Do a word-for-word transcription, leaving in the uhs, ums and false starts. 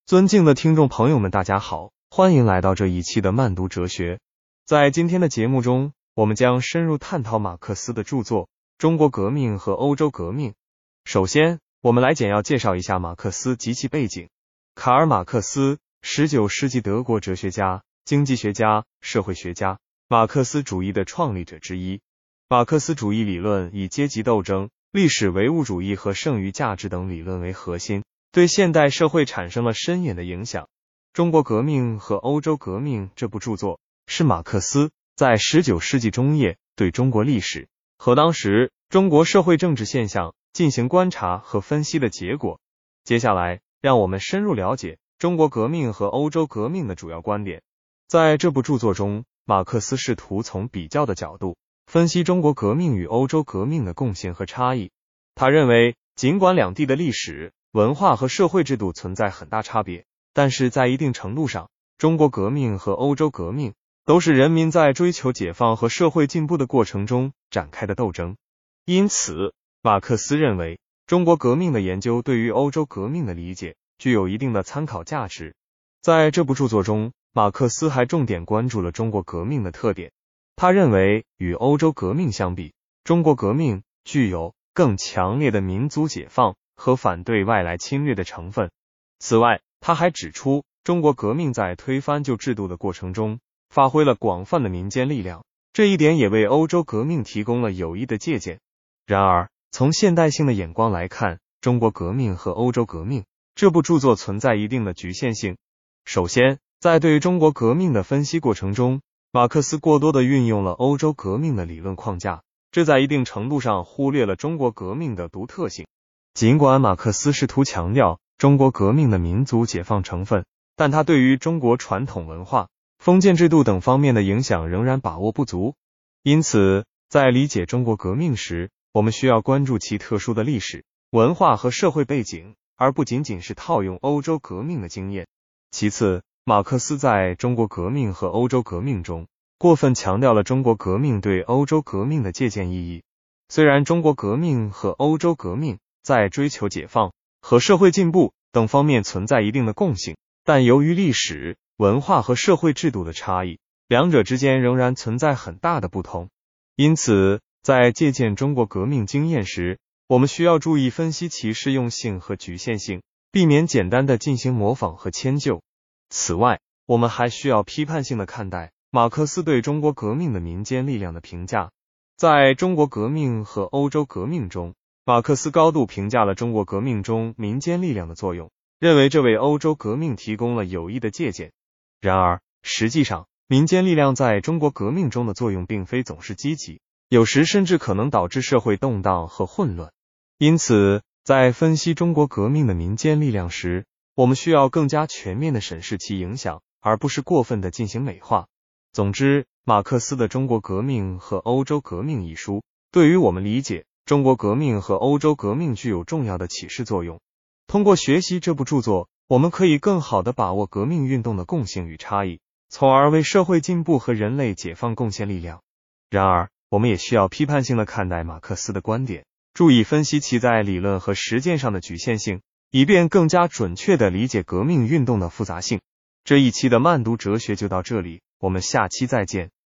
尊敬的听众朋友们，大家好，欢迎来到这一期的慢读哲学。在今天的节目中，我们将深入探讨马克思的著作《中国革命和欧洲革命》。首先，我们来简要介绍一下马克思及其背景。卡尔·马克思，十九世纪德国哲学家、经济学家、社会学家，马克思主义的创立者之一。马克思主义理论以阶级斗争、历史唯物主义和剩余价值等理论为核心，对现代社会产生了深远的影响。《中国革命和欧洲革命》这部著作是马克思在十九世纪中叶对中国历史和当时中国社会政治现象进行观察和分析的结果。接下来，让我们深入了解中国革命和欧洲革命的主要观点。在这部著作中，马克思试图从比较的角度分析中国革命与欧洲革命的共性和差异。他认为，尽管两地的历史、文化和社会制度存在很大差别，但是在一定程度上，中国革命和欧洲革命都是人民在追求解放和社会进步的过程中展开的斗争。因此，马克思认为，中国革命的研究对于欧洲革命的理解具有一定的参考价值。在这部著作中，马克思还重点关注了中国革命的特点。他认为，与欧洲革命相比，中国革命具有更强烈的民族解放和反对外来侵略的成分。此外，他还指出，中国革命在推翻旧制度的过程中发挥了广泛的民间力量，这一点也为欧洲革命提供了有益的借鉴。然而，从现代性的眼光来看，中国革命和欧洲革命这部著作存在一定的局限性。首先，在对中国革命的分析过程中，马克思过多地运用了欧洲革命的理论框架，这在一定程度上忽略了中国革命的独特性。尽管马克思试图强调中国革命的民族解放成分，但他对于中国传统文化、封建制度等方面的影响仍然把握不足。因此，在理解中国革命时，我们需要关注其特殊的历史、文化和社会背景，而不仅仅是套用欧洲革命的经验。其次，马克思在中国革命和欧洲革命中过分强调了中国革命对欧洲革命的借鉴意义。虽然中国革命和欧洲革命在追求解放和社会进步等方面存在一定的共性，但由于历史、文化和社会制度的差异，两者之间仍然存在很大的不同。因此，在借鉴中国革命经验时，我们需要注意分析其适用性和局限性，避免简单的进行模仿和迁就。此外，我们还需要批判性的看待马克思对中国革命的民间力量的评价。在中国革命和欧洲革命中，马克思高度评价了中国革命中民间力量的作用，认为这为欧洲革命提供了有益的借鉴。然而，实际上，民间力量在中国革命中的作用并非总是积极，有时甚至可能导致社会动荡和混乱。因此，在分析中国革命的民间力量时，我们需要更加全面地审视其影响，而不是过分地进行美化。总之，马克思的《中国革命和欧洲革命》一书，对于我们理解中国革命和欧洲革命具有重要的启示作用。通过学习这部著作，我们可以更好地把握革命运动的共性与差异，从而为社会进步和人类解放贡献力量。然而，我们也需要批判性地看待马克思的观点，注意分析其在理论和实践上的局限性，以便更加准确地理解革命运动的复杂性。这一期的慢读哲学就到这里，我们下期再见。